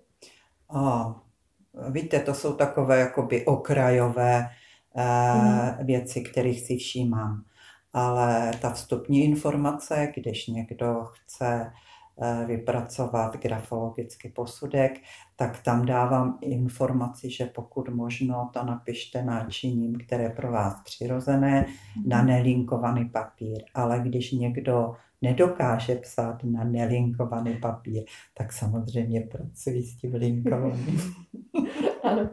Víte, to jsou takové jakoby okrajové věci, kterých si všímám. Ale ta vstupní informace, když někdo chce vypracovat grafologický posudek, tak tam dávám informaci, že pokud možno to napište náčiním, které je pro vás přirozené, na nelinkovaný papír. Ale když někdo nedokáže psát na nelinkovaný papír, tak samozřejmě pracuji s tím linkovaným. Ano.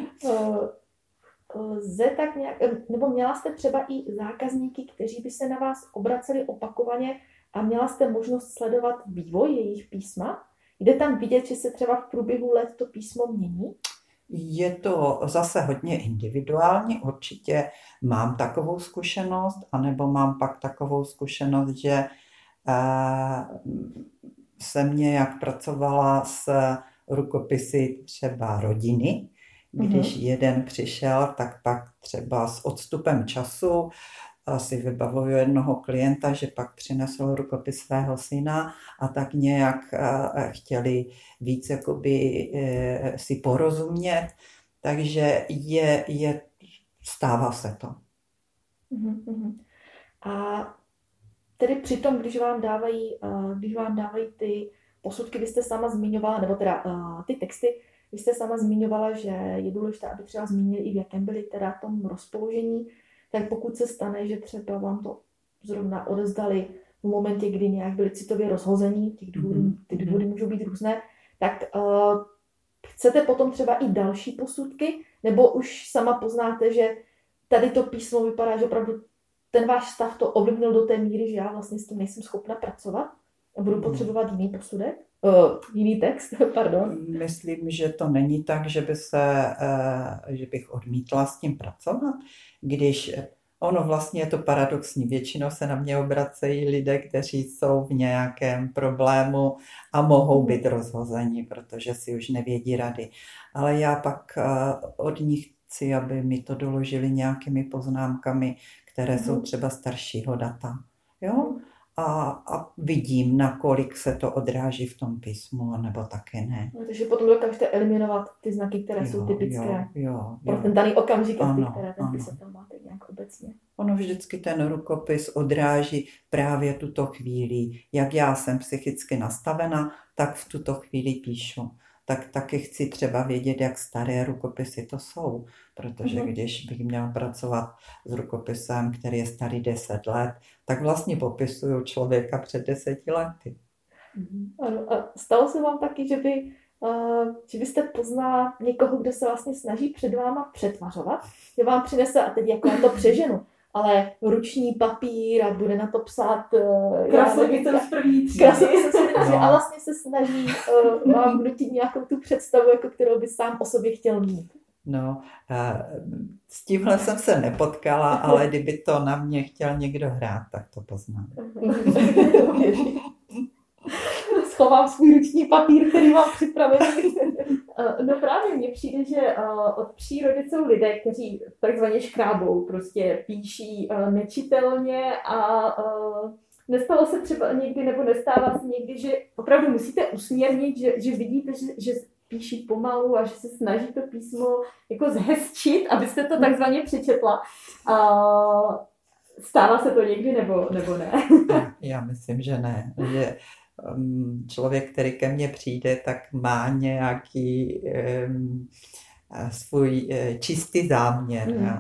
Lze tak nějak, nebo měla jste třeba i zákazníky, kteří by se na vás obraceli opakovaně a měla jste možnost sledovat vývoj jejich písma? Jde tam vidět, že se třeba v průběhu let to písmo mění? Je to zase hodně individuální, určitě mám takovou zkušenost, anebo mám pak takovou zkušenost, že jsem nějak pracovala s rukopisy třeba rodiny. Když jeden přišel, tak pak třeba s odstupem času si vybavuju jednoho klienta, že pak přinesl rukopis svého syna a tak nějak chtěli víc jakoby si porozumět, takže stává se to. A tedy přitom, když vám dávají ty posudky, vy jste sama zmiňovala, nebo teda ty texty, vy jste sama zmiňovala, že je důležité, aby třeba zmínili i v jakém byli teda v tom rozpoložení, tak pokud se stane, že třeba vám to zrovna odezdali v momentě, kdy nějak byli citově rozhození, ty důvody můžou být různé, tak chcete potom třeba i další posudky, nebo už sama poznáte, že tady to písmo vypadá, že opravdu ten váš stav to ovlivnil do té míry, že já vlastně s tím nejsem schopna pracovat a budu potřebovat jiný posudek? Jiný text, pardon. Myslím, že to není tak, že bych odmítla s tím pracovat, když ono vlastně je to paradoxní. Většinou se na mě obracejí lidé, kteří jsou v nějakém problému a mohou být rozhozeni, protože si už nevědí rady. Ale já pak od nich chci, aby mi to doložili nějakými poznámkami, které jsou třeba staršího data. Jo? A vidím, nakolik se to odráží v tom písmu, nebo také ne. Takže potom dokážete eliminovat ty znaky, které jsou typické pro ten daný okamžik, které ten pisatel máte nějak obecně. Ono vždycky ten rukopis odráží právě tuto chvíli. Jak já jsem psychicky nastavena, tak v tuto chvíli píšu. Tak taky chci třeba vědět, jak staré rukopisy to jsou, protože když bych měla pracovat s rukopisem, který je starý 10 let, tak vlastně popisuju člověka před 10 lety. Ano, a stalo se vám taky, že byste poznala někoho, kdo se vlastně snaží před váma přetvařovat, že vám přinese, a teď jako já to přeženu, ale ruční papír a bude na to psát krasovicem z první třídy. A vlastně se snaží vám vnutit nějakou tu představu, jako kterou by sám o sobě chtěl mít. No, s tímhle jsem se nepotkala, ale kdyby to na mě chtěl někdo hrát, tak to poznám. Schovám svůj ruční papír, který mám připravený. No právě mně přijde, že od přírody jsou lidé, kteří takzvaně škrábou, prostě píší nečitelně a nestalo se třeba někdy, nebo nestává se někdy, že opravdu musíte usměrnit, že vidíte, že píší pomalu a že se snaží to písmo jako zhezčit, abyste to takzvaně přečetla. Stává se to někdy nebo ne? Já myslím, že ne. Že člověk, který ke mně přijde, tak má nějaký svůj čistý záměr.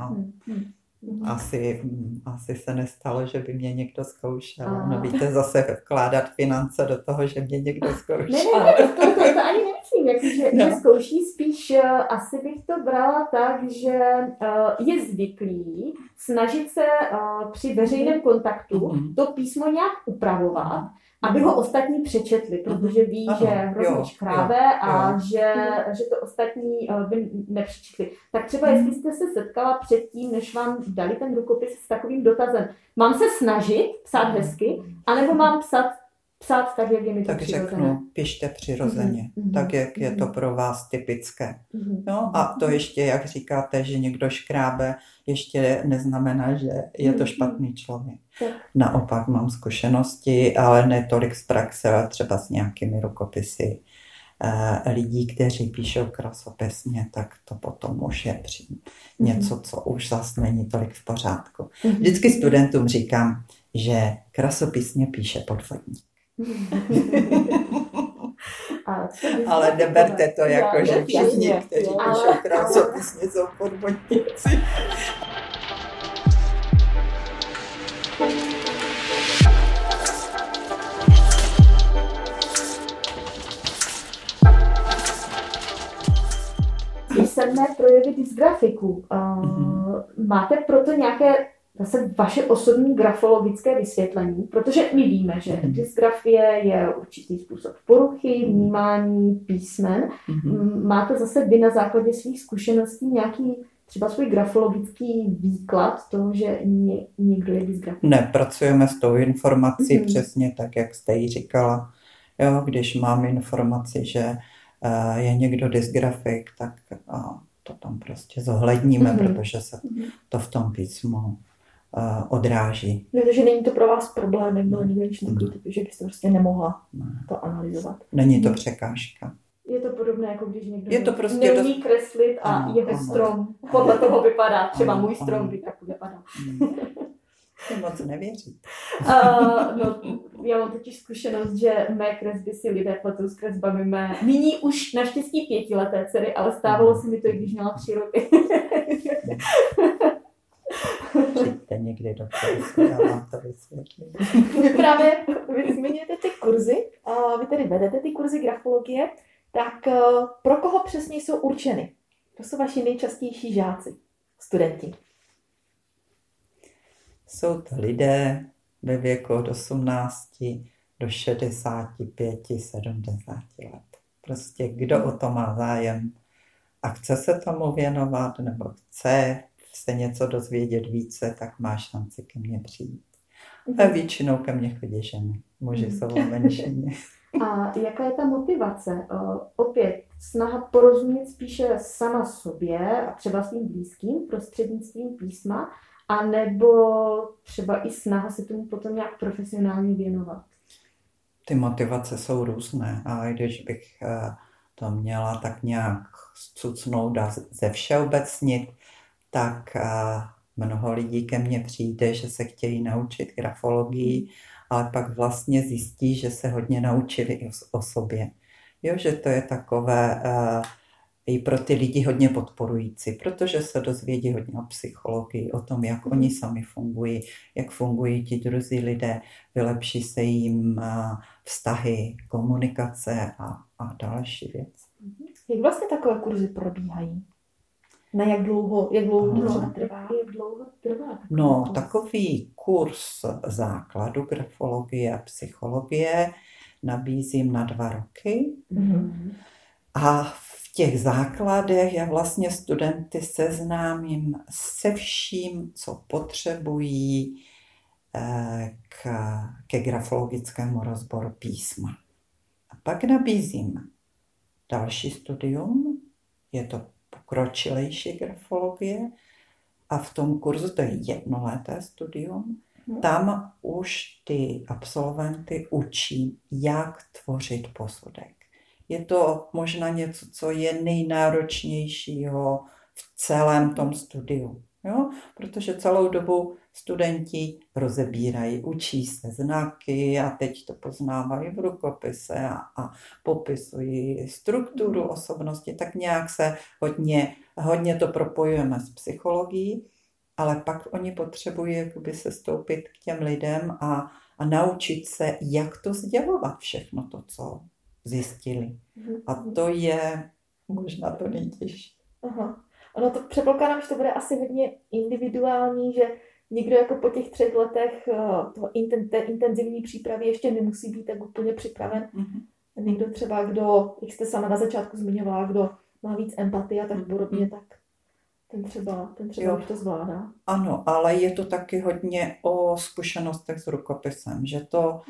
Asi se nestalo, že by mě někdo zkoušel. No víte, zase vkládat finance do toho, že mě někdo zkoušel. Ne, to ani nemyslím, že zkouší, spíš asi bych to brala tak, že je zvyklý snažit se při veřejném kontaktu to písmo nějak upravovat, aby ho ostatní přečetli, protože ví, že hrozně škrábe a že to ostatní by nepřečetli. Tak třeba jestli jste se setkala předtím, než vám dali ten rukopis s takovým dotazem, mám se snažit psát hezky, anebo mám psat psát tak, jak je mi to tak přirozené. řeknu, pište přirozeně, tak, jak je to pro vás typické. No a to ještě, jak říkáte, že někdo škrábe, ještě neznamená, že je to špatný člověk. Naopak mám zkušenosti, ale ne tolik z praxe, ale třeba s nějakými rukopisy lidí, kteří píšou krasopisně, tak to potom už je něco, co už zase není tolik v pořádku. Vždycky studentům říkám, že krasopisně píše podvodník. Ale neberte to jako, že všichni, kteří píšou krasopisně, jsou podvodníci. Písemné projevy dysgrafiků. Máte proto nějaké zase vaše osobní grafologické vysvětlení? Protože my víme, že dysgrafie je určitý způsob poruchy, vnímání písmen. Máte zase vy na základě svých zkušeností nějaký třeba svůj grafologický výklad toho, že někdo je dysgrafik? Ne, pracujeme s tou informací přesně tak, jak jste ji říkala. Jo, když mám informaci, že je někdo dysgrafik, tak to tam prostě zohledníme, protože se to v tom písmu odráží. Takže není to pro vás problém, jak byl někdo že byste prostě nemohla to analyzovat. Není to překážka. Je to podobné, jako když někdo je to prostě neumí kreslit a jeho strom podle toho vypadá. Třeba můj strom by tak vypadá. To moc nevěří. Já mám totiž zkušenost, že mé kresby si lidé pletou s kresbami mé nyní už naštěstí 5leté dcery, ale stávalo se mi to, i když měla 3 roky. Přijďte někdy do kurzu, já vám to vysvětlím. Vy zmiňujete ty kurzy, vy tedy vedete ty kurzy grafologie, tak pro koho přesně jsou určeny? To jsou vaši nejčastější žáci, studenti. Jsou to lidé ve věku od 18 do 65, 70 let. Prostě kdo o to má zájem a chce se tomu věnovat, nebo chce se něco dozvědět více, tak má šanci ke mně přijít. A většinou ke mně chodí ženy. Muži jsou v menšině. A jaká je ta motivace? Opět snaha porozumět spíše sama sobě a třeba svým blízkým prostřednictvím písma, a nebo třeba i snaha se tomu potom nějak profesionálně věnovat? Ty motivace jsou různé a když bych to měla tak nějak zcucnout a ze všeobecnit, tak mnoho lidí ke mně přijde, že se chtějí naučit grafologii, ale pak vlastně zjistí, že se hodně naučili i o sobě. Jo, že to je takové i pro ty lidi hodně podporující, protože se dozvědí hodně o psychologii, o tom, jak oni sami fungují, jak fungují ti druzí lidé, vylepší se jim vztahy, komunikace a další věc. Jak vlastně takové kurzy probíhají? Na jak dlouho to trvá? Jak dlouho trvá? No, takový kurz základu grafologie a psychologie nabízím na 2 roky. A v těch základech já vlastně studenty seznámím se vším, co potřebují ke grafologickému rozboru písma. A pak nabízím další studium, je to pokročilejší grafologie a v tom kurzu to je 1leté studium. Tam už ty absolventy učí, jak tvořit posudek. Je to možná něco, co je nejnáročnějšího v celém tom studiu. Jo? Protože celou dobu studenti rozebírají, učí se znaky a teď to poznávají v rukopise a popisují strukturu osobnosti. Tak nějak se hodně to propojujeme s psychologií, ale pak oni potřebují jakoby se stoupit k těm lidem a naučit se, jak to sdělovat všechno to, co zjistili. A to je možná to nejtěžší. Aha. Ono to předpokládám, že to bude asi hodně individuální, že někdo jako po těch 3 letech té intenzivní přípravy ještě nemusí být tak úplně připraven. Někdo třeba, kdo, jak jste sama na začátku zmiňovala, kdo má víc empatie a tak podobně, tak Ten třeba už to zvládá. Ano, ale je to taky hodně o zkušenostech s rukopisem, že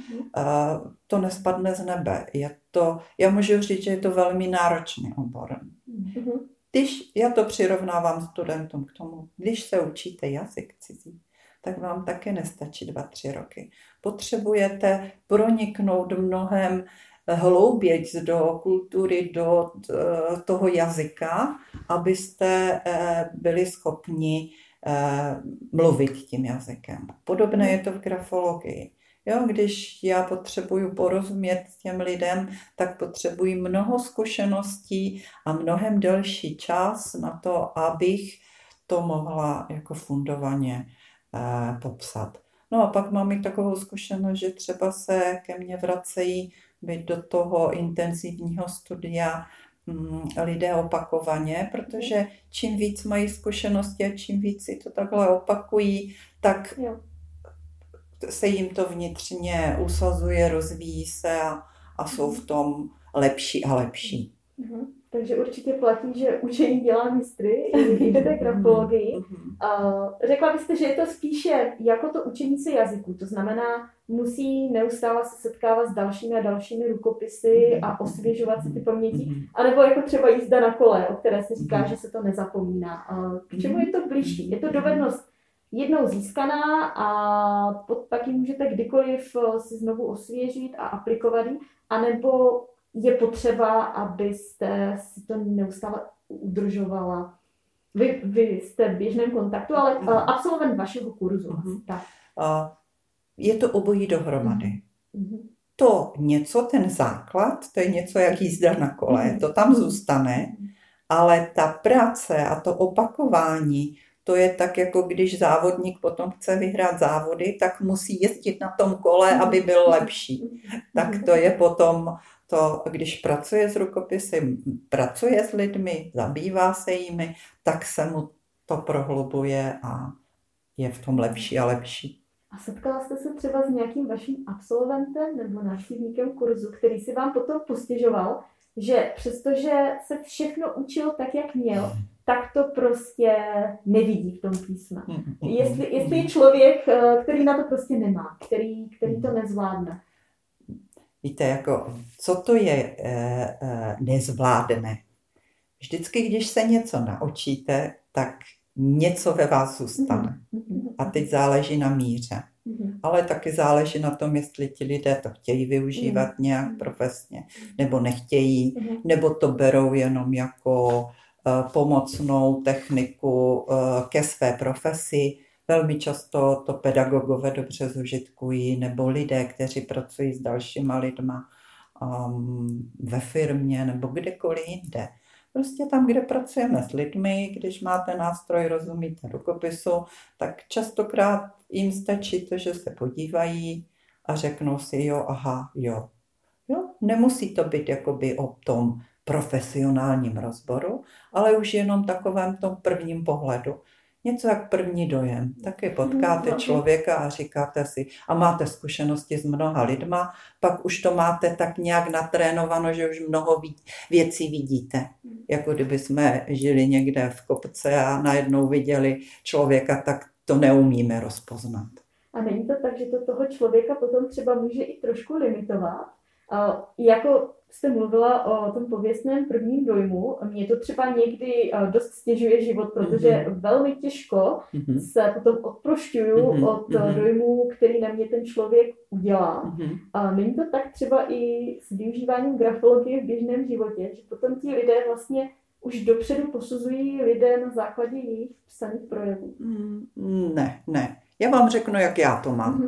to nespadne z nebe. Já můžu říct, že je to velmi náročný obor. Když já to přirovnávám studentům k tomu, když se učíte jazyk cizí, tak vám taky nestačí 2-3 roky. Potřebujete proniknout mnohem hlouběji do kultury, do toho jazyka, abyste byli schopni mluvit tím jazykem. Podobné je to v grafologii. Jo, když já potřebuju porozumět těm lidem, tak potřebuji mnoho zkušeností a mnohem delší čas na to, abych to mohla jako fundovaně popsat. No a pak mám i takovou zkušenost, že třeba se ke mně vracejí byť do toho intenzivního studia lidé opakovaně, protože čím víc mají zkušenosti a čím víc si to takhle opakují, tak se jim to vnitřně usazuje, rozvíjí se a jsou v tom lepší a lepší. Takže určitě platí, že učení dělá mistry i do té grafologii. Řekla byste, že je to spíše jako to učení se jazyku, to znamená, musí neustále se setkávat s dalšími a dalšími rukopisy a osvěžovat si ty paměti, anebo jako třeba jízda na kole, o které se říká, že se to nezapomíná. K čemu je to blížší? Je to dovednost jednou získaná a pak ji můžete kdykoliv si znovu osvěžit a aplikovat ji, anebo je potřeba, abyste si to neustále udržovala. Vy jste v běžném kontaktu, ale absolvent vašeho kurzu. Tak. Je to obojí dohromady. To něco, ten základ, to je něco jak jízda na kole, to tam zůstane, ale ta práce a to opakování, to je tak, jako když závodník potom chce vyhrát závody, tak musí jezdit na tom kole, aby byl lepší. Tak to je potom to, když pracuje s rukopisy, pracuje s lidmi, zabývá se jimi, tak se mu to prohlubuje a je v tom lepší a lepší. A setkala jste se třeba s nějakým vaším absolventem nebo návštěvníkem kurzu, který si vám potom postěžoval, že přestože se všechno učil tak, jak měl, tak to prostě nevidí v tom písme. Jestli je člověk, který na to prostě nemá, který to nezvládne. Víte, jako, co to je nezvládne? Vždycky, když se něco naučíte, tak něco ve vás zůstane. A teď záleží na míře. Ale taky záleží na tom, jestli ti lidé to chtějí využívat nějak profesně, nebo nechtějí, nebo to berou jenom jako pomocnou techniku ke své profesi. Velmi často to pedagogové dobře zužitkují, nebo lidé, kteří pracují s dalšíma lidma ve firmě nebo kdekoliv jinde. Prostě tam, kde pracujeme s lidmi, když máte nástroj, rozumíte rukopisu, tak častokrát jim stačí to, že se podívají a řeknou si jo, aha, jo. Nemusí to být jakoby o tom profesionálním rozboru, ale už jenom takovém tom prvním pohledu. Něco jak první dojem. Taky potkáte člověka a říkáte si, a máte zkušenosti s mnoha lidma, pak už to máte tak nějak natrénováno, že už mnoho věcí vidíte. Jako kdyby jsme žili někde v kopce a najednou viděli člověka, tak to neumíme rozpoznat. A není to tak, že to toho člověka potom třeba může i trošku limitovat? Jako jste mluvila o tom pověstném prvním dojmu, mně to třeba někdy dost stěžuje život, protože velmi těžko se potom odprošťuju od dojmu, který na mě ten člověk udělá. A není to tak třeba i s využíváním grafologie v běžném životě, že potom ti lidé vlastně už dopředu posuzují lidé na základě jejich psaných projevů? Ne. Já vám řeknu, jak já to mám.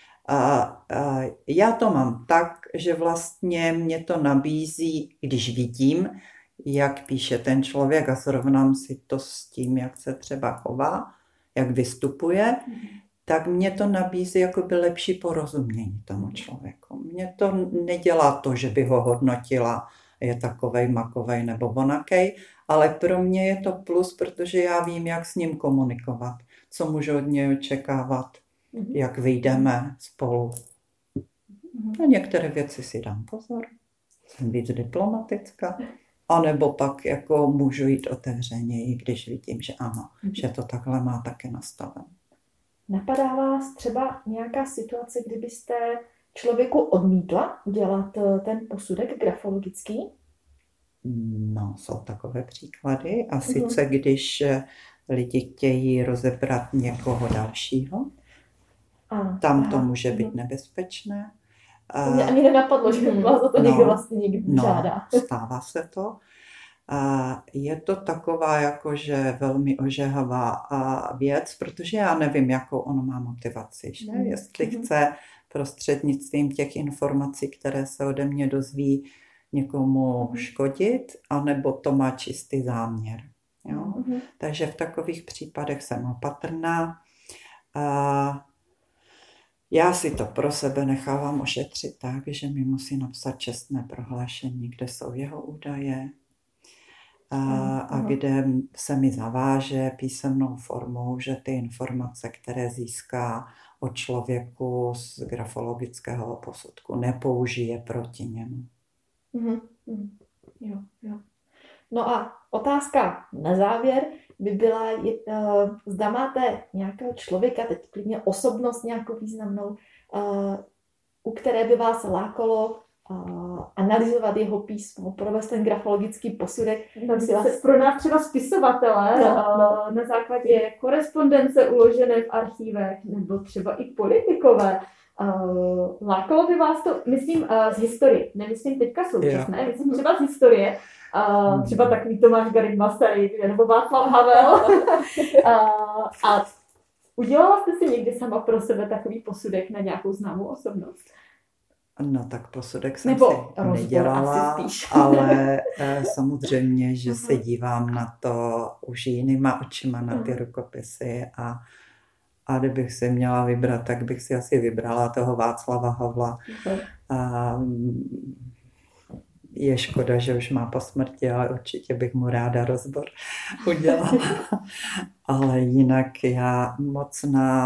Já to mám tak, že vlastně mě to nabízí, když vidím, jak píše ten člověk a srovnám si to s tím, jak se třeba chová, jak vystupuje, tak mě to nabízí jakoby lepší porozumění tomu člověku. Mě to nedělá to, že by ho hodnotila, je takovej, makovej nebo onakej, ale pro mě je to plus, protože já vím, jak s ním komunikovat, co můžu od něj očekávat, jak vyjdeme spolu. A některé věci si dám pozor, jsem víc diplomatická. A nebo pak jako můžu jít otevřeněji, když vidím, že ano, že to takhle má také nastaven. Napadá vás třeba nějaká situace, kdybyste člověku odmítla dělat ten posudek grafologický? No, jsou takové příklady. A sice, když lidi chtějí rozebrat někoho dalšího, tam to může být nebezpečné. Mě ani nenapadlo, že vás za to někdo vlastně někdy žádá. Stává se to. Je to taková jakože velmi ožehavá věc, protože já nevím, jakou on má motivaci. Že? Jestli chce prostřednictvím těch informací, které se ode mě dozví, někomu škodit, anebo to má čistý záměr. Jo? Takže v takových případech jsem opatrná. Já si to pro sebe nechávám ošetřit tak, že mi musí napsat čestné prohlášení, kde jsou jeho údaje a kde se mi zaváže písemnou formou, že ty informace, které získá od člověku z grafologického posudku, nepoužije proti němu. Jo. No a otázka na závěr by byla, zda máte nějakého člověka, teď klidně osobnost nějakou významnou, u které by vás lákalo analyzovat jeho písmo, provést ten grafologický posudek. Pro nás třeba spisovatele na základě korespondence uložené v archívech, nebo třeba i politikové. Lákalo by vás to, myslím, z historie, nemyslím teďka současné, myslím třeba z historie, třeba takový Tomáš Garrigue Masaryk nebo Václav Havel. A udělala jste si někdy sama pro sebe takový posudek na nějakou známou osobnost? No tak posudek jsem si nedělala, ale samozřejmě, že se dívám na to už jinýma očima, na ty rukopisy a kdybych si měla vybrat, tak bych si asi vybrala toho Václava Havla. Je škoda, že už má po smrti, ale určitě bych mu ráda rozbor udělala. Ale jinak já moc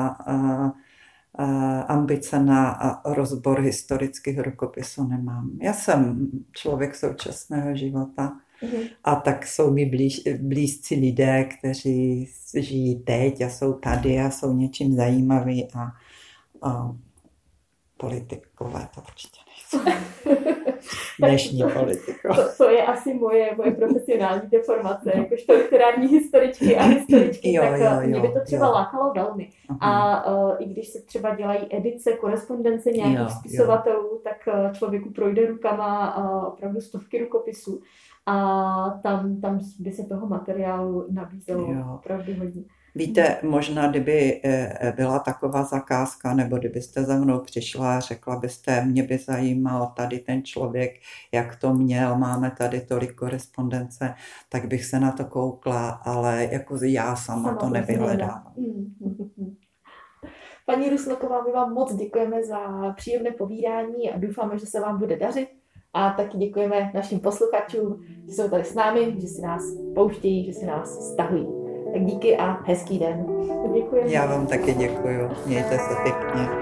ambice na rozbor historických rukopisů nemám. Já jsem člověk současného života a tak jsou mi blízcí lidé, kteří žijí teď a jsou tady a jsou něčím zajímaví a politikové to určitě nejsou. Dnešní politika. To je asi moje profesionální deformace, jakožto literární historičky a historičky, tak mě by to třeba lákalo velmi. A i když se třeba dělají edice, korespondence nějakých spisovatelů, tak člověku projde rukama opravdu stovky rukopisů a tam by se toho materiálu nabízelo opravdu hodně. Víte, možná kdyby byla taková zakázka, nebo kdybyste za mnou přišla a řekla byste, mě by zajímal tady ten člověk, jak to měl, máme tady tolik korespondence, tak bych se na to koukla, ale jako já sama to nevyhledám. Paní Rusnoková, my vám moc děkujeme za příjemné povídání a doufáme, že se vám bude dařit. A taky děkujeme našim posluchačům, že jsou tady s námi, že si nás pouštějí, že si nás stahují. Tak díky a hezký den. Děkujeme. Já vám taky děkuju. Mějte se pěkně.